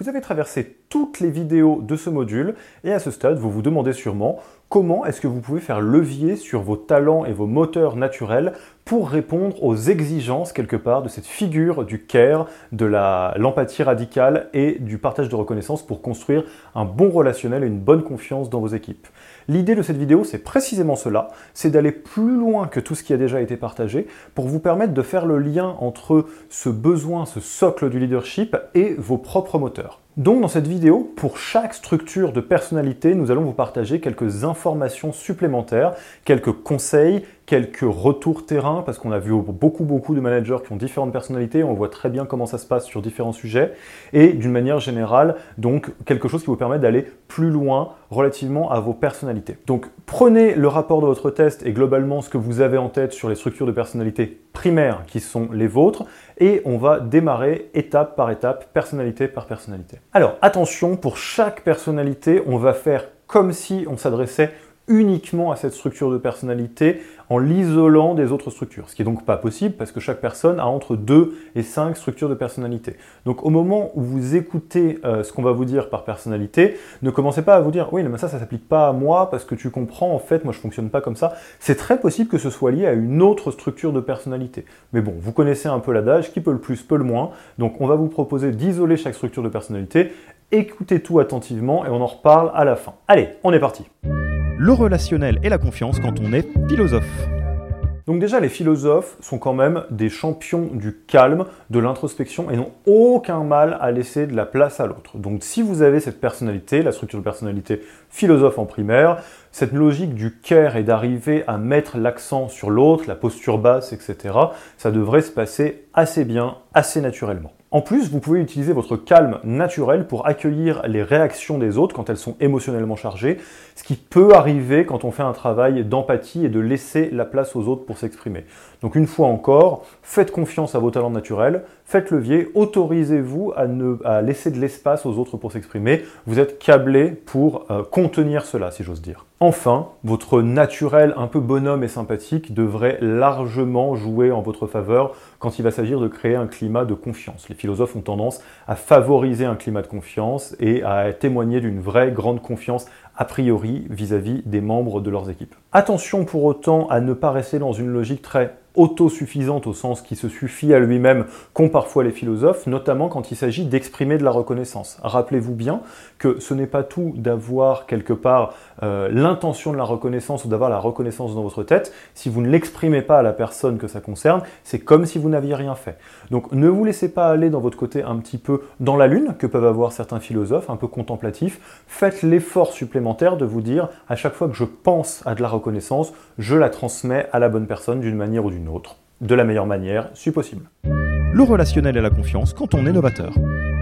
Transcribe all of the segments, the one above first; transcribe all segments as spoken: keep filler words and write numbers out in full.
Vous avez traversé toutes les vidéos de ce module et à ce stade, vous vous demandez sûrement comment est-ce que vous pouvez faire levier sur vos talents et vos moteurs naturels pour répondre aux exigences quelque part de cette figure du care, de l'empathie radicale et du partage de reconnaissance pour construire un bon relationnel et une bonne confiance dans vos équipes. L'idée de cette vidéo, c'est précisément cela, c'est d'aller plus loin que tout ce qui a déjà été partagé pour vous permettre de faire le lien entre ce besoin, ce socle du leadership et vos propres moteurs. Donc dans cette vidéo, pour chaque structure de personnalité, nous allons vous partager quelques informations supplémentaires, quelques conseils, quelques retours terrain, parce qu'on a vu beaucoup beaucoup de managers qui ont différentes personnalités, on voit très bien comment ça se passe sur différents sujets, et d'une manière générale, donc quelque chose qui vous permet d'aller plus loin relativement à vos personnalités. Donc prenez le rapport de votre test et globalement ce que vous avez en tête sur les structures de personnalité primaires qui sont les vôtres, et on va démarrer étape par étape, personnalité par personnalité. Alors attention, pour chaque personnalité, on va faire comme si on s'adressait uniquement à cette structure de personnalité en l'isolant des autres structures. Ce qui est donc pas possible parce que chaque personne a entre deux et cinq structures de personnalité. Donc au moment où vous écoutez euh, ce qu'on va vous dire par personnalité, ne commencez pas à vous dire « oui, mais ça, ça s'applique pas à moi parce que tu comprends, en fait, moi je fonctionne pas comme ça ». C'est très possible que ce soit lié à une autre structure de personnalité. Mais bon, vous connaissez un peu l'adage, qui peut le plus, peut le moins. Donc on va vous proposer d'isoler chaque structure de personnalité. Écoutez tout attentivement et on en reparle à la fin. Allez, on est parti. Le relationnel et la confiance quand on est philosophe. Donc déjà, les philosophes sont quand même des champions du calme, de l'introspection et n'ont aucun mal à laisser de la place à l'autre. Donc si vous avez cette personnalité, la structure de personnalité philosophe en primaire, cette logique du care et d'arriver à mettre l'accent sur l'autre, la posture basse, et cetera, ça devrait se passer assez bien, assez naturellement. En plus, vous pouvez utiliser votre calme naturel pour accueillir les réactions des autres quand elles sont émotionnellement chargées, ce qui peut arriver quand on fait un travail d'empathie et de laisser la place aux autres pour s'exprimer. Donc une fois encore, faites confiance à vos talents naturels, faites levier, autorisez-vous à, ne, à laisser de l'espace aux autres pour s'exprimer. Vous êtes câblé pour euh, contenir cela, si j'ose dire. Enfin, votre naturel un peu bonhomme et sympathique devrait largement jouer en votre faveur quand il va s'agir de créer un climat de confiance. Les philosophes ont tendance à favoriser un climat de confiance et à témoigner d'une vraie grande confiance a priori vis-à-vis des membres de leurs équipes. Attention pour autant à ne pas rester dans une logique très autosuffisante au sens qui se suffit à lui-même qu'ont parfois les philosophes, notamment quand il s'agit d'exprimer de la reconnaissance. Rappelez-vous bien que ce n'est pas tout d'avoir quelque part euh, l'intention de la reconnaissance ou d'avoir la reconnaissance dans votre tête. Si vous ne l'exprimez pas à la personne que ça concerne, c'est comme si vous n'aviez rien fait. Donc ne vous laissez pas aller dans votre côté un petit peu dans la lune que peuvent avoir certains philosophes, un peu contemplatifs. Faites l'effort supplémentaire de vous dire à chaque fois que je pense à de la reconnaissance, je la transmets à la bonne personne d'une manière ou d'une autre, de la meilleure manière, si possible. Le relationnel et la confiance quand on est novateur.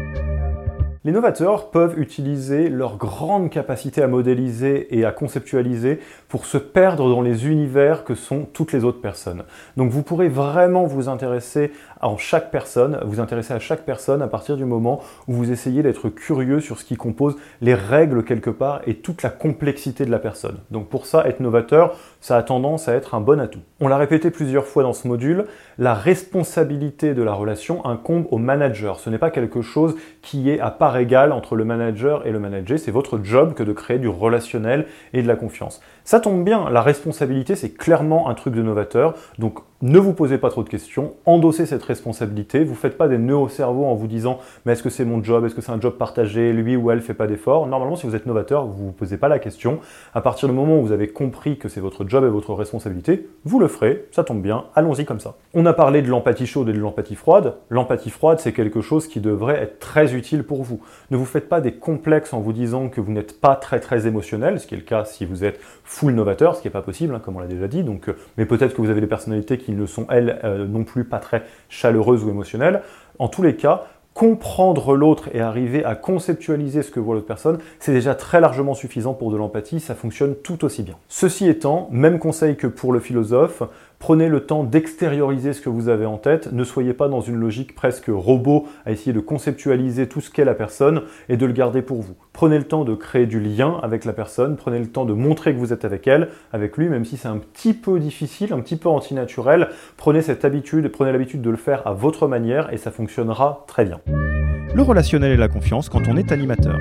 Les novateurs peuvent utiliser leur grande capacité à modéliser et à conceptualiser pour se perdre dans les univers que sont toutes les autres personnes. Donc vous pourrez vraiment vous intéresser en chaque personne, vous intéresser à chaque personne à partir du moment où vous essayez d'être curieux sur ce qui compose les règles quelque part et toute la complexité de la personne. Donc pour ça, être novateur, ça a tendance à être un bon atout. On l'a répété plusieurs fois dans ce module, la responsabilité de la relation incombe au manager. Ce n'est pas quelque chose qui est à part égale entre le manager et le manager, c'est votre job que de créer du relationnel et de la confiance. Ça tombe bien, la responsabilité c'est clairement un truc de novateur, donc ne vous posez pas trop de questions, endossez cette responsabilité, vous ne faites pas des nœuds au cerveau en vous disant « mais est-ce que c'est mon job, est-ce que c'est un job partagé, lui ou elle ne fait pas d'effort ?» Normalement, si vous êtes novateur, vous ne vous posez pas la question. À partir du moment où vous avez compris que c'est votre job et votre responsabilité, vous le ferez, ça tombe bien, allons-y comme ça. On a parlé de l'empathie chaude et de l'empathie froide. L'empathie froide, c'est quelque chose qui devrait être très utile pour vous. Ne vous faites pas des complexes en vous disant que vous n'êtes pas très très émotionnel, ce qui est le cas si vous êtes full novateur, ce qui n'est pas possible, hein, comme on l'a déjà dit, donc, euh, mais peut-être que vous avez des personnalités qui ne sont, elles, euh, non plus pas très chaleureuses ou émotionnelles. En tous les cas, comprendre l'autre et arriver à conceptualiser ce que voit l'autre personne, c'est déjà très largement suffisant pour de l'empathie, ça fonctionne tout aussi bien. Ceci étant, même conseil que pour le philosophe, prenez le temps d'extérioriser ce que vous avez en tête, ne soyez pas dans une logique presque robot à essayer de conceptualiser tout ce qu'est la personne et de le garder pour vous. Prenez le temps de créer du lien avec la personne, prenez le temps de montrer que vous êtes avec elle, avec lui, même si c'est un petit peu difficile, un petit peu antinaturel, prenez cette habitude, prenez l'habitude de le faire à votre manière et ça fonctionnera très bien. Le relationnel et la confiance quand on est animateur.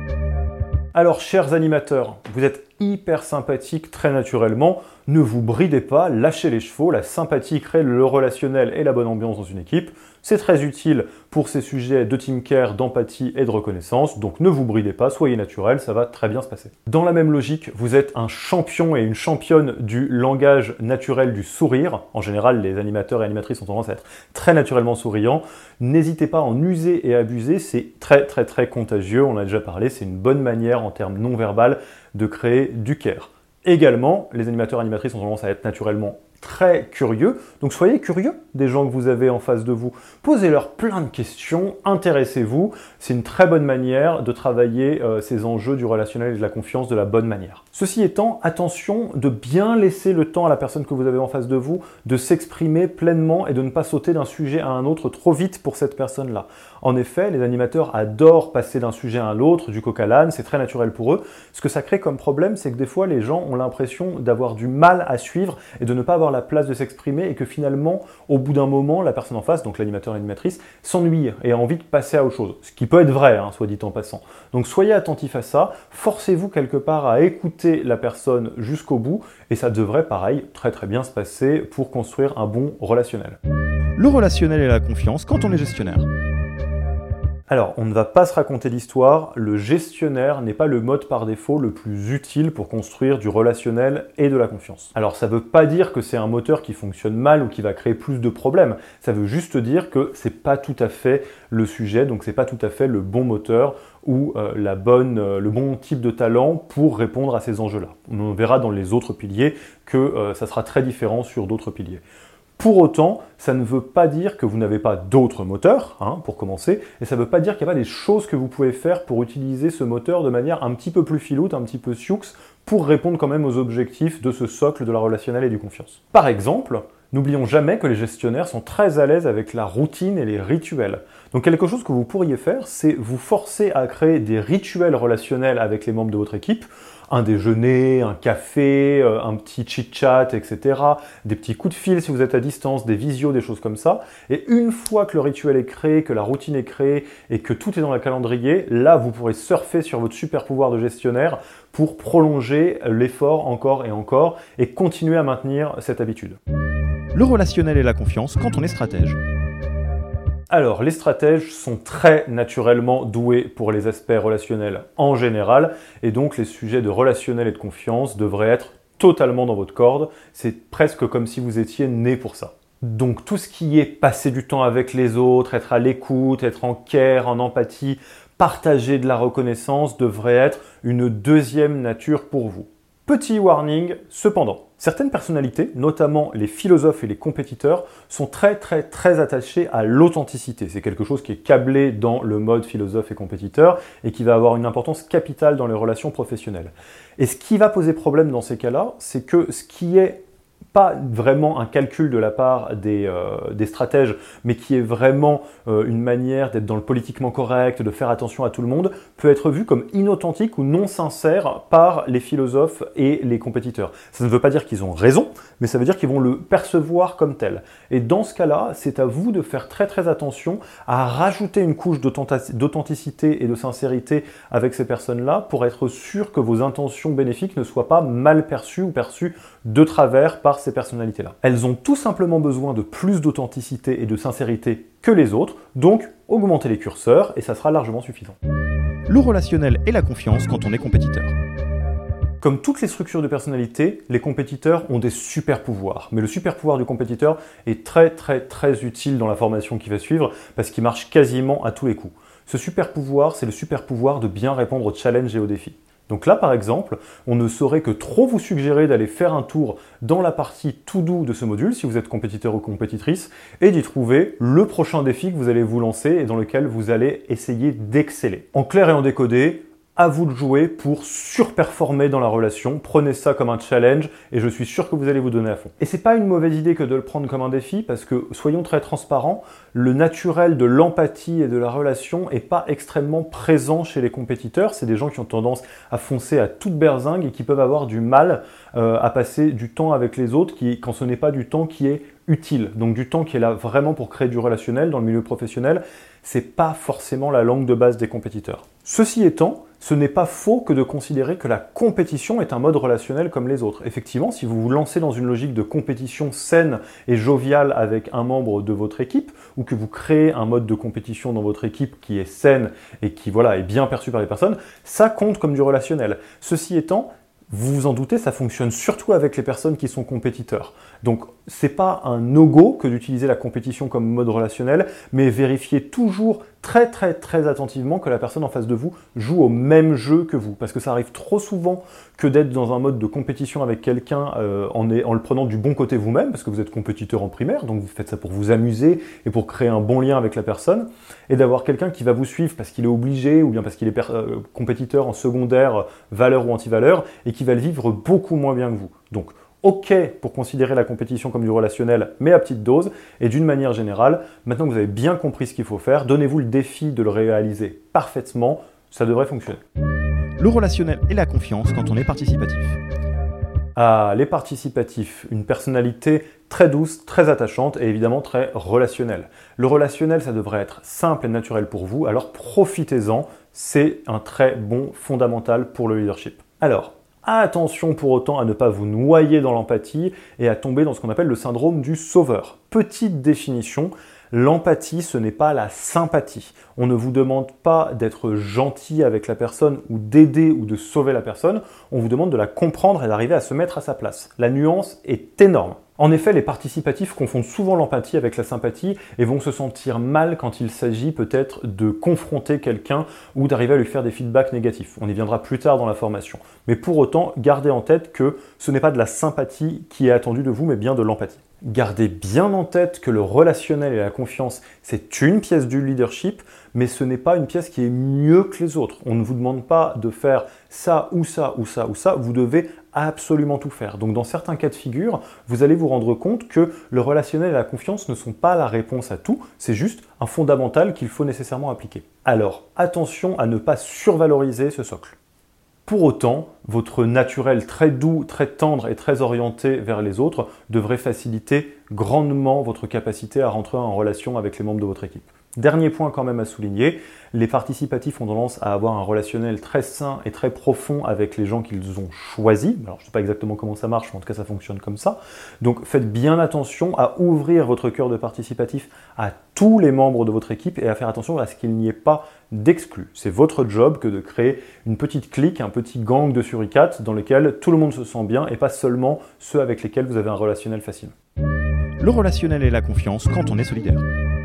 Alors, chers animateurs, vous êtes hyper sympathiques très naturellement. Ne vous bridez pas, lâchez les chevaux. La sympathie crée le relationnel et la bonne ambiance dans une équipe. C'est très utile pour ces sujets de team care, d'empathie et de reconnaissance. Donc ne vous bridez pas, soyez naturel, ça va très bien se passer. Dans la même logique, vous êtes un champion et une championne du langage naturel du sourire. En général, les animateurs et animatrices ont tendance à être très naturellement souriants. N'hésitez pas à en user et abuser, c'est très très très contagieux. On en a déjà parlé, c'est une bonne manière en termes non verbal de créer du care. Également, les animateurs et animatrices ont tendance à être naturellement très curieux, donc soyez curieux des gens que vous avez en face de vous. Posez-leur plein de questions, intéressez-vous, c'est une très bonne manière de travailler euh, ces enjeux du relationnel et de la confiance de la bonne manière. Ceci étant, attention de bien laisser le temps à la personne que vous avez en face de vous de s'exprimer pleinement et de ne pas sauter d'un sujet à un autre trop vite pour cette personne-là. En effet, les animateurs adorent passer d'un sujet à l'autre, du coq à l'âne, c'est très naturel pour eux. Ce que ça crée comme problème, c'est que des fois, les gens ont l'impression d'avoir du mal à suivre et de ne pas avoir la place de s'exprimer et que finalement, au bout d'un moment, la personne en face, donc l'animateur et l'animatrice, s'ennuie et a envie de passer à autre chose. Ce qui peut être vrai, hein, soit dit en passant. Donc soyez attentifs à ça, forcez-vous quelque part à écouter la personne jusqu'au bout et ça devrait, pareil, très très bien se passer pour construire un bon relationnel. Le relationnel et la confiance quand on est gestionnaire. Alors, on ne va pas se raconter l'histoire, le gestionnaire n'est pas le mode par défaut le plus utile pour construire du relationnel et de la confiance. Alors, ça ne veut pas dire que c'est un moteur qui fonctionne mal ou qui va créer plus de problèmes, ça veut juste dire que c'est pas tout à fait le sujet, donc c'est pas tout à fait le bon moteur ou euh, la bonne, euh, le bon type de talent pour répondre à ces enjeux-là. On verra dans les autres piliers que euh, ça sera très différent sur d'autres piliers. Pour autant, ça ne veut pas dire que vous n'avez pas d'autres moteurs, hein, pour commencer, et ça ne veut pas dire qu'il n'y a pas des choses que vous pouvez faire pour utiliser ce moteur de manière un petit peu plus filoute, un petit peu sioux, pour répondre quand même aux objectifs de ce socle de la relationnelle et du confiance. Par exemple, n'oublions jamais que les gestionnaires sont très à l'aise avec la routine et les rituels. Donc quelque chose que vous pourriez faire, c'est vous forcer à créer des rituels relationnels avec les membres de votre équipe, un déjeuner, un café, un petit chit-chat, et cetera, des petits coups de fil si vous êtes à distance, des visios, des choses comme ça. Et une fois que le rituel est créé, que la routine est créée et que tout est dans le calendrier, là vous pourrez surfer sur votre super pouvoir de gestionnaire pour prolonger l'effort encore et encore et continuer à maintenir cette habitude. Le relationnel et la confiance quand on est stratège. Alors, les stratèges sont très naturellement doués pour les aspects relationnels en général, et donc les sujets de relationnel et de confiance devraient être totalement dans votre corde. C'est presque comme si vous étiez né pour ça. Donc tout ce qui est passer du temps avec les autres, être à l'écoute, être en care, en empathie, partager de la reconnaissance devrait être une deuxième nature pour vous. Petit warning, cependant, certaines personnalités, notamment les philosophes et les compétiteurs, sont très très très attachés à l'authenticité. C'est quelque chose qui est câblé dans le mode philosophe et compétiteur et qui va avoir une importance capitale dans les relations professionnelles. Et ce qui va poser problème dans ces cas-là, c'est que ce qui est pas vraiment un calcul de la part des, euh, des stratèges, mais qui est vraiment euh, une manière d'être dans le politiquement correct, de faire attention à tout le monde, peut être vu comme inauthentique ou non sincère par les philosophes et les compétiteurs. Ça ne veut pas dire qu'ils ont raison, mais ça veut dire qu'ils vont le percevoir comme tel. Et dans ce cas-là, c'est à vous de faire très très attention à rajouter une couche d'authenticité et de sincérité avec ces personnes-là pour être sûr que vos intentions bénéfiques ne soient pas mal perçues ou perçues de travers par ces personnalités-là. Elles ont tout simplement besoin de plus d'authenticité et de sincérité que les autres, donc augmentez les curseurs et ça sera largement suffisant. Le relationnel et la confiance quand on est compétiteur. Comme toutes les structures de personnalité, les compétiteurs ont des super pouvoirs. Mais le super pouvoir du compétiteur est très très très utile dans la formation qui va suivre parce qu'il marche quasiment à tous les coups. Ce super pouvoir, c'est le super pouvoir de bien répondre aux challenges et aux défis. Donc là, par exemple, on ne saurait que trop vous suggérer d'aller faire un tour dans la partie to-do de ce module, si vous êtes compétiteur ou compétitrice, et d'y trouver le prochain défi que vous allez vous lancer et dans lequel vous allez essayer d'exceller. En clair et en décodé, à vous de jouer pour surperformer dans la relation. Prenez ça comme un challenge et je suis sûr que vous allez vous donner à fond. Et c'est pas une mauvaise idée que de le prendre comme un défi parce que, soyons très transparents, le naturel de l'empathie et de la relation est pas extrêmement présent chez les compétiteurs. C'est des gens qui ont tendance à foncer à toute berzingue et qui peuvent avoir du mal euh, à passer du temps avec les autres qui, quand ce n'est pas du temps qui est utile, donc du temps qui est là vraiment pour créer du relationnel dans le milieu professionnel, c'est pas forcément la langue de base des compétiteurs. Ceci étant, ce n'est pas faux que de considérer que la compétition est un mode relationnel comme les autres. Effectivement, si vous vous lancez dans une logique de compétition saine et joviale avec un membre de votre équipe, ou que vous créez un mode de compétition dans votre équipe qui est saine et qui voilà, est bien perçu par les personnes, ça compte comme du relationnel. Ceci étant, vous vous en doutez, ça fonctionne surtout avec les personnes qui sont compétiteurs. Donc, c'est pas un no-go que d'utiliser la compétition comme mode relationnel, mais vérifiez toujours très très très attentivement que la personne en face de vous joue au même jeu que vous. Parce que ça arrive trop souvent que d'être dans un mode de compétition avec quelqu'un euh, en, en le prenant du bon côté vous-même, parce que vous êtes compétiteur en primaire, donc vous faites ça pour vous amuser et pour créer un bon lien avec la personne, et d'avoir quelqu'un qui va vous suivre parce qu'il est obligé, ou bien parce qu'il est euh, compétiteur en secondaire, valeur ou anti-valeur, et qui va le vivre beaucoup moins bien que vous. Donc, ok pour considérer la compétition comme du relationnel, mais à petite dose, et d'une manière générale, maintenant que vous avez bien compris ce qu'il faut faire, donnez-vous le défi de le réaliser parfaitement, ça devrait fonctionner. Le relationnel et la confiance quand on est participatif. Ah, les participatifs, une personnalité très douce, très attachante et évidemment très relationnelle. Le relationnel, ça devrait être simple et naturel pour vous, alors profitez-en, c'est un très bon fondamental pour le leadership. Alors, attention pour autant à ne pas vous noyer dans l'empathie et à tomber dans ce qu'on appelle le syndrome du sauveur. Petite définition, l'empathie, ce n'est pas la sympathie. On ne vous demande pas d'être gentil avec la personne ou d'aider ou de sauver la personne, on vous demande de la comprendre et d'arriver à se mettre à sa place. La nuance est énorme. En effet, les participatifs confondent souvent l'empathie avec la sympathie et vont se sentir mal quand il s'agit peut-être de confronter quelqu'un ou d'arriver à lui faire des feedbacks négatifs. On y viendra plus tard dans la formation. Mais pour autant, gardez en tête que ce n'est pas de la sympathie qui est attendue de vous, mais bien de l'empathie. Gardez bien en tête que le relationnel et la confiance, c'est une pièce du leadership, mais ce n'est pas une pièce qui est mieux que les autres. On ne vous demande pas de faire ça ou ça ou ça ou ça, vous devez absolument tout faire. Donc dans certains cas de figure, vous allez vous rendre compte que le relationnel et la confiance ne sont pas la réponse à tout, c'est juste un fondamental qu'il faut nécessairement appliquer. Alors attention à ne pas survaloriser ce socle. Pour autant, votre naturel très doux, très tendre et très orienté vers les autres devrait faciliter grandement votre capacité à rentrer en relation avec les membres de votre équipe. Dernier point quand même à souligner, les participatifs ont tendance à avoir un relationnel très sain et très profond avec les gens qu'ils ont choisis. Alors je ne sais pas exactement comment ça marche, mais en tout cas ça fonctionne comme ça. Donc faites bien attention à ouvrir votre cœur de participatif à tous les membres de votre équipe et à faire attention à ce qu'il n'y ait pas d'exclus. C'est votre job que de créer une petite clique, un petit gang de suricates dans lequel tout le monde se sent bien et pas seulement ceux avec lesquels vous avez un relationnel facile. Le relationnel et la confiance quand on est solidaire.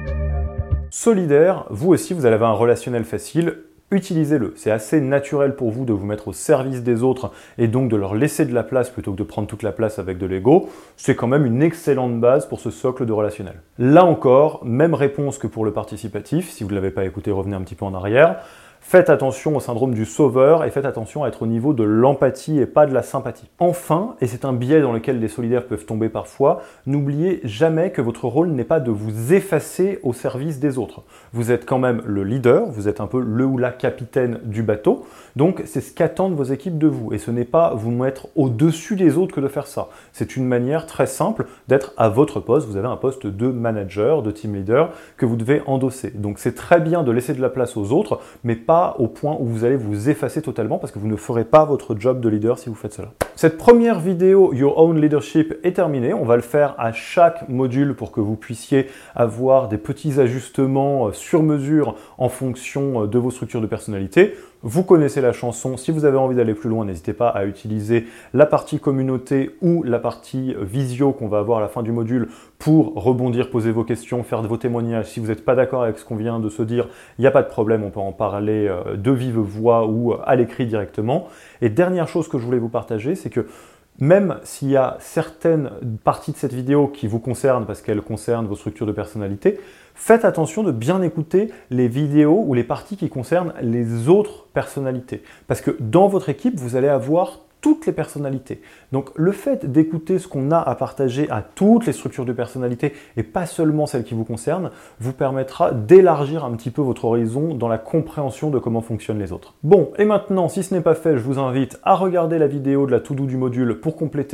Solidaire, vous aussi vous allez avoir un relationnel facile, utilisez-le. C'est assez naturel pour vous de vous mettre au service des autres et donc de leur laisser de la place plutôt que de prendre toute la place avec de l'ego. C'est quand même une excellente base pour ce socle de relationnel. Là encore, même réponse que pour le participatif. Si vous ne l'avez pas écouté, revenez un petit peu en arrière. Faites attention au syndrome du sauveur et faites attention à être au niveau de l'empathie et pas de la sympathie. Enfin, et c'est un biais dans lequel les solidaires peuvent tomber parfois, n'oubliez jamais que votre rôle n'est pas de vous effacer au service des autres. Vous êtes quand même le leader, vous êtes un peu le ou la capitaine du bateau, donc c'est ce qu'attendent vos équipes de vous. Et ce n'est pas vous mettre au-dessus des autres que de faire ça. C'est une manière très simple d'être à votre poste. Vous avez un poste de manager, de team leader que vous devez endosser. Donc c'est très bien de laisser de la place aux autres, mais pas au point où vous allez vous effacer totalement parce que vous ne ferez pas votre job de leader si vous faites cela. Cette première vidéo Your Own Leadership est terminée. On va le faire à chaque module pour que vous puissiez avoir des petits ajustements sur mesure en fonction de vos structures de personnalité. Vous connaissez la chanson, si vous avez envie d'aller plus loin, n'hésitez pas à utiliser la partie communauté ou la partie visio qu'on va avoir à la fin du module pour rebondir, poser vos questions, faire de vos témoignages. Si vous n'êtes pas d'accord avec ce qu'on vient de se dire, il n'y a pas de problème, on peut en parler de vive voix ou à l'écrit directement. Et dernière chose que je voulais vous partager, c'est que même s'il y a certaines parties de cette vidéo qui vous concernent parce qu'elles concernent vos structures de personnalité, faites attention de bien écouter les vidéos ou les parties qui concernent les autres personnalités. Parce que dans votre équipe, vous allez avoir toutes les personnalités. Donc le fait d'écouter ce qu'on a à partager à toutes les structures de personnalité et pas seulement celles qui vous concernent, vous permettra d'élargir un petit peu votre horizon dans la compréhension de comment fonctionnent les autres. Bon, et maintenant, si ce n'est pas fait, je vous invite à regarder la vidéo de la to-do du module pour compléter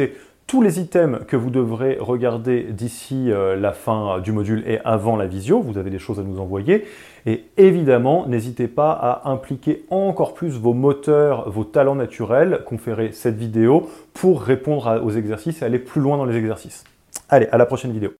tous les items que vous devrez regarder d'ici euh, la fin du module et avant la visio. Vous avez des choses à nous envoyer. Et évidemment, n'hésitez pas à impliquer encore plus vos moteurs, vos talents naturels, conférer cette vidéo pour répondre à- aux exercices et aller plus loin dans les exercices. Allez, à la prochaine vidéo.